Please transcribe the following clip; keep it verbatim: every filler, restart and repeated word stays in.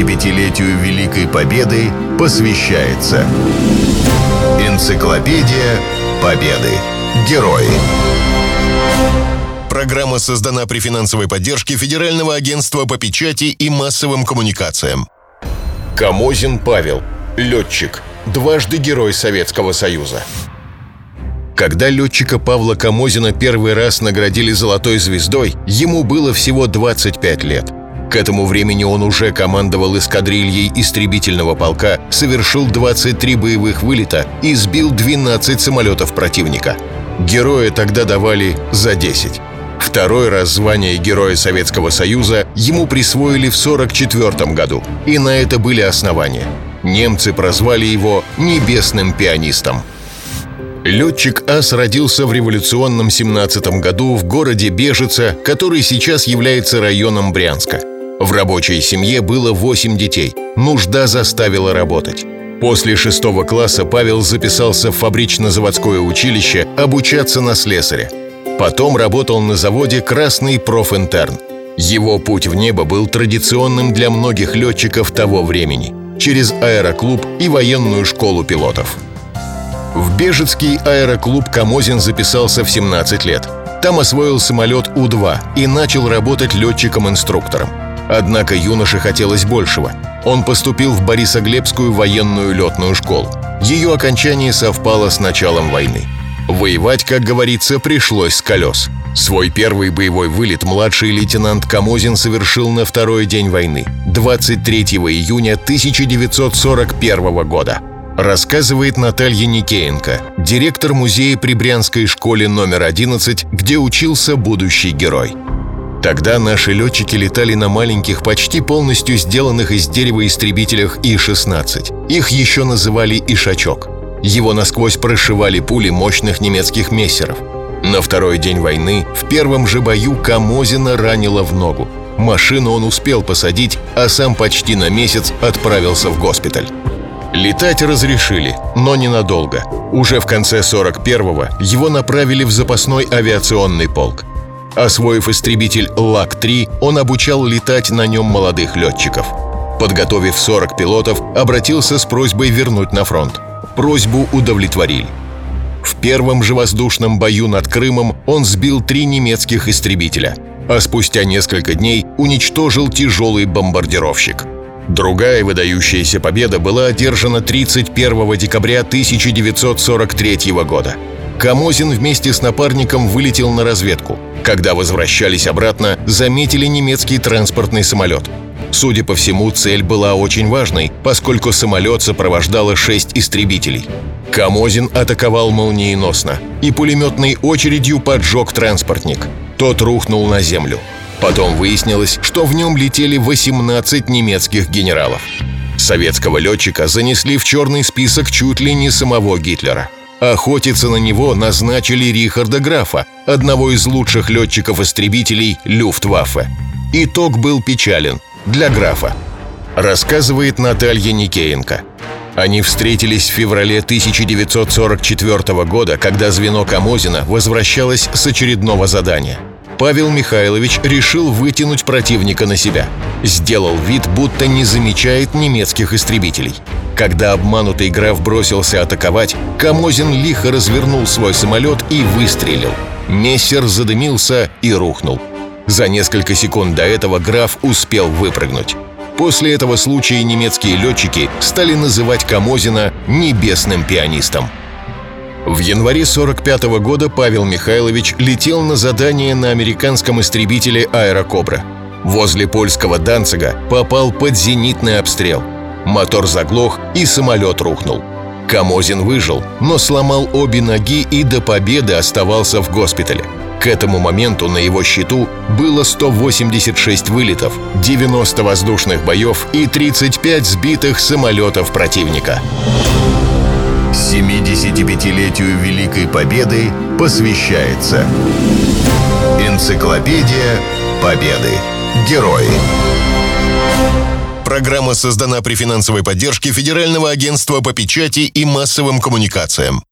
семидесятипятилетию Великой Победы посвящается Энциклопедия Победы. Герои. Программа создана при финансовой поддержке Федерального агентства по печати и массовым коммуникациям. Камозин Павел, летчик, дважды Герой Советского Союза. Когда летчика Павла Камозина первый раз наградили золотой звездой, ему было всего двадцать пять лет. К этому времени он уже командовал эскадрильей истребительного полка, совершил двадцать три боевых вылета и сбил двенадцать самолетов противника. Героя тогда давали за десять. Второй раз звание Героя Советского Союза ему присвоили в сорок четвёртом году, и на это были основания. Немцы прозвали его «небесным пианистом». Летчик Ас родился в революционном семнадцатом году в городе Бежица, который сейчас является районом Брянска. В рабочей семье было восемь детей. Нужда заставила работать. После шестого класса Павел записался в фабрично-заводское училище обучаться на слесаря. Потом работал на заводе «Красный профинтерн». Его путь в небо был традиционным для многих летчиков того времени – через аэроклуб и военную школу пилотов. В Бежецкий аэроклуб Камозин записался в семнадцать лет. Там освоил самолет У два и начал работать летчиком-инструктором. Однако юноше хотелось большего. Он поступил в Борисоглебскую военную летную школу. Ее окончание совпало с началом войны. Воевать, как говорится, пришлось с колес. Свой первый боевой вылет младший лейтенант Камозин совершил на второй день войны, двадцать третьего июня тысяча девятьсот сорок первого года. Рассказывает Наталья Никеенко, директор музея при Брянской школе номер одиннадцать, где учился будущий герой. Тогда наши летчики летали на маленьких, почти полностью сделанных из дерева истребителях И шестнадцать. Их еще называли «Ишачок». Его насквозь прошивали пули мощных немецких мессеров. На второй день войны в первом же бою Камозина ранило в ногу. Машину он успел посадить, а сам почти на месяц отправился в госпиталь. Летать разрешили, но ненадолго. Уже в конце сорок первого его направили в запасной авиационный полк. Освоив истребитель Лак три, он обучал летать на нем молодых летчиков. Подготовив сорок пилотов, обратился с просьбой вернуть на фронт. Просьбу удовлетворили. В первом же воздушном бою над Крымом он сбил три немецких истребителя, а спустя несколько дней уничтожил тяжелый бомбардировщик. Другая выдающаяся победа была одержана тридцать первого декабря тысяча девятьсот сорок третьего года. Камозин вместе с напарником вылетел на разведку. Когда возвращались обратно, заметили немецкий транспортный самолет. Судя по всему, цель была очень важной, поскольку самолет сопровождало шесть истребителей. Камозин атаковал молниеносно и пулеметной очередью поджег транспортник. Тот рухнул на землю. Потом выяснилось, что в нем летели восемнадцать немецких генералов. Советского летчика занесли в черный список чуть ли не самого Гитлера. Охотиться на него назначили Рихарда Графа, одного из лучших летчиков-истребителей Люфтваффе. Итог был печален для Графа. Рассказывает Наталья Никеенко. Они встретились в феврале тысяча девятьсот сорок четвёртого года, когда звено Камозина возвращалось с очередного задания. Павел Михайлович решил вытянуть противника на себя. Сделал вид, будто не замечает немецких истребителей. Когда обманутый граф бросился атаковать, Камозин лихо развернул свой самолет и выстрелил. Мессер задымился и рухнул. За несколько секунд до этого граф успел выпрыгнуть. После этого случая немецкие летчики стали называть Камозина «небесным пианистом». В январе сорок пятого года Павел Михайлович летел на задание на американском истребителе «Аэрокобра». Возле польского Данцига попал под зенитный обстрел. Мотор заглох, и самолет рухнул. Камозин выжил, но сломал обе ноги и до победы оставался в госпитале. К этому моменту на его счету было сто восемьдесят шесть вылетов, девяносто воздушных боев и тридцать пять сбитых самолетов противника. семидесятипятилетию Великой Победы посвящается Энциклопедия Победы. Герои. Программа создана при финансовой поддержке Федерального агентства по печати и массовым коммуникациям.